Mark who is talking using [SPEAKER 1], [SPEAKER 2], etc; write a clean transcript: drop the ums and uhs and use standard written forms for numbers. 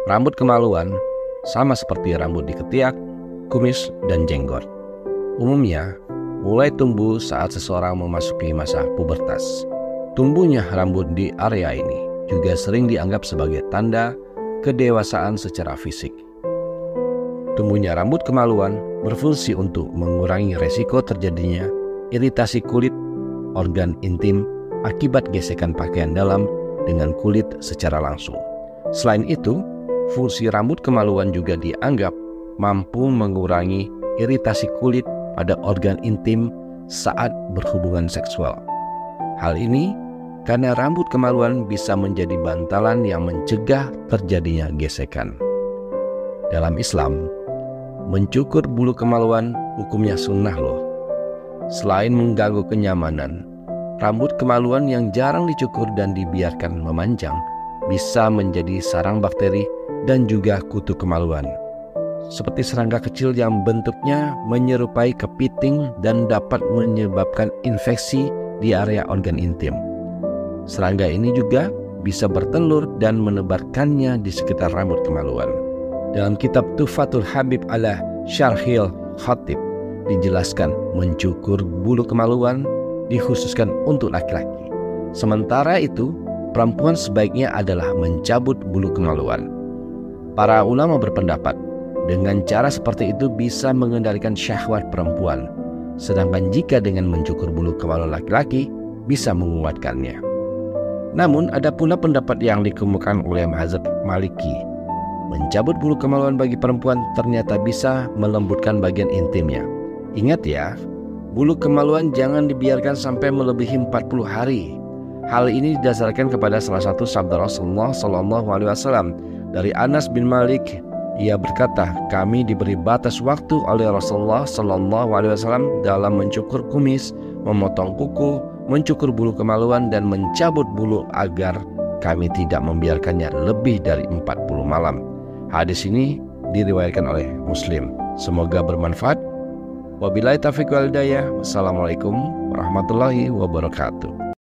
[SPEAKER 1] Rambut kemaluan sama seperti rambut di ketiak, kumis, dan jenggot. Umumnya mulai tumbuh saat seseorang memasuki masa pubertas. Tumbuhnya rambut di area ini juga sering dianggap sebagai tanda kedewasaan secara fisik. Tumbuhnya rambut kemaluan berfungsi untuk mengurangi resiko terjadinya iritasi kulit, organ intim akibat gesekan pakaian dalam dengan kulit secara langsung. Selain itu, fungsi rambut kemaluan juga dianggap mampu mengurangi iritasi kulit pada organ intim saat berhubungan seksual. Hal ini karena rambut kemaluan bisa menjadi bantalan yang mencegah terjadinya gesekan. Dalam Islam, mencukur bulu kemaluan hukumnya sunnah loh. Selain mengganggu kenyamanan, rambut kemaluan yang jarang dicukur dan dibiarkan memanjang bisa menjadi sarang bakteri dan juga kutu kemaluan, seperti serangga kecil yang bentuknya menyerupai kepiting dan dapat menyebabkan infeksi di area organ intim. Serangga ini juga bisa bertelur dan menebarkannya di sekitar rambut kemaluan. Dalam kitab Tuhfatul Habib ala Syarhil Khatib dijelaskan mencukur bulu kemaluan dikhususkan untuk laki-laki. Sementara itu, perempuan sebaiknya adalah mencabut bulu kemaluan. Para ulama berpendapat dengan cara seperti itu bisa mengendalikan syahwat perempuan, sedangkan jika dengan mencukur bulu kemaluan laki-laki bisa menguatkannya. Namun ada pula pendapat yang dikemukakan oleh mazhab Maliki. Mencabut bulu kemaluan bagi perempuan ternyata bisa melembutkan bagian intimnya. Ingat ya, bulu kemaluan jangan dibiarkan sampai melebihi 40 hari. Hal ini didasarkan kepada salah satu sabda Rasulullah SAW dari Anas bin Malik. Ia berkata, kami diberi batas waktu oleh Rasulullah SAW dalam mencukur kumis, memotong kuku, mencukur bulu kemaluan, dan mencabut bulu agar kami tidak membiarkannya lebih dari 40 malam. Hadis ini diriwayatkan oleh Muslim. Semoga bermanfaat. Wabillahi taufiq wal hidayah. Wassalamualaikum warahmatullahi wabarakatuh.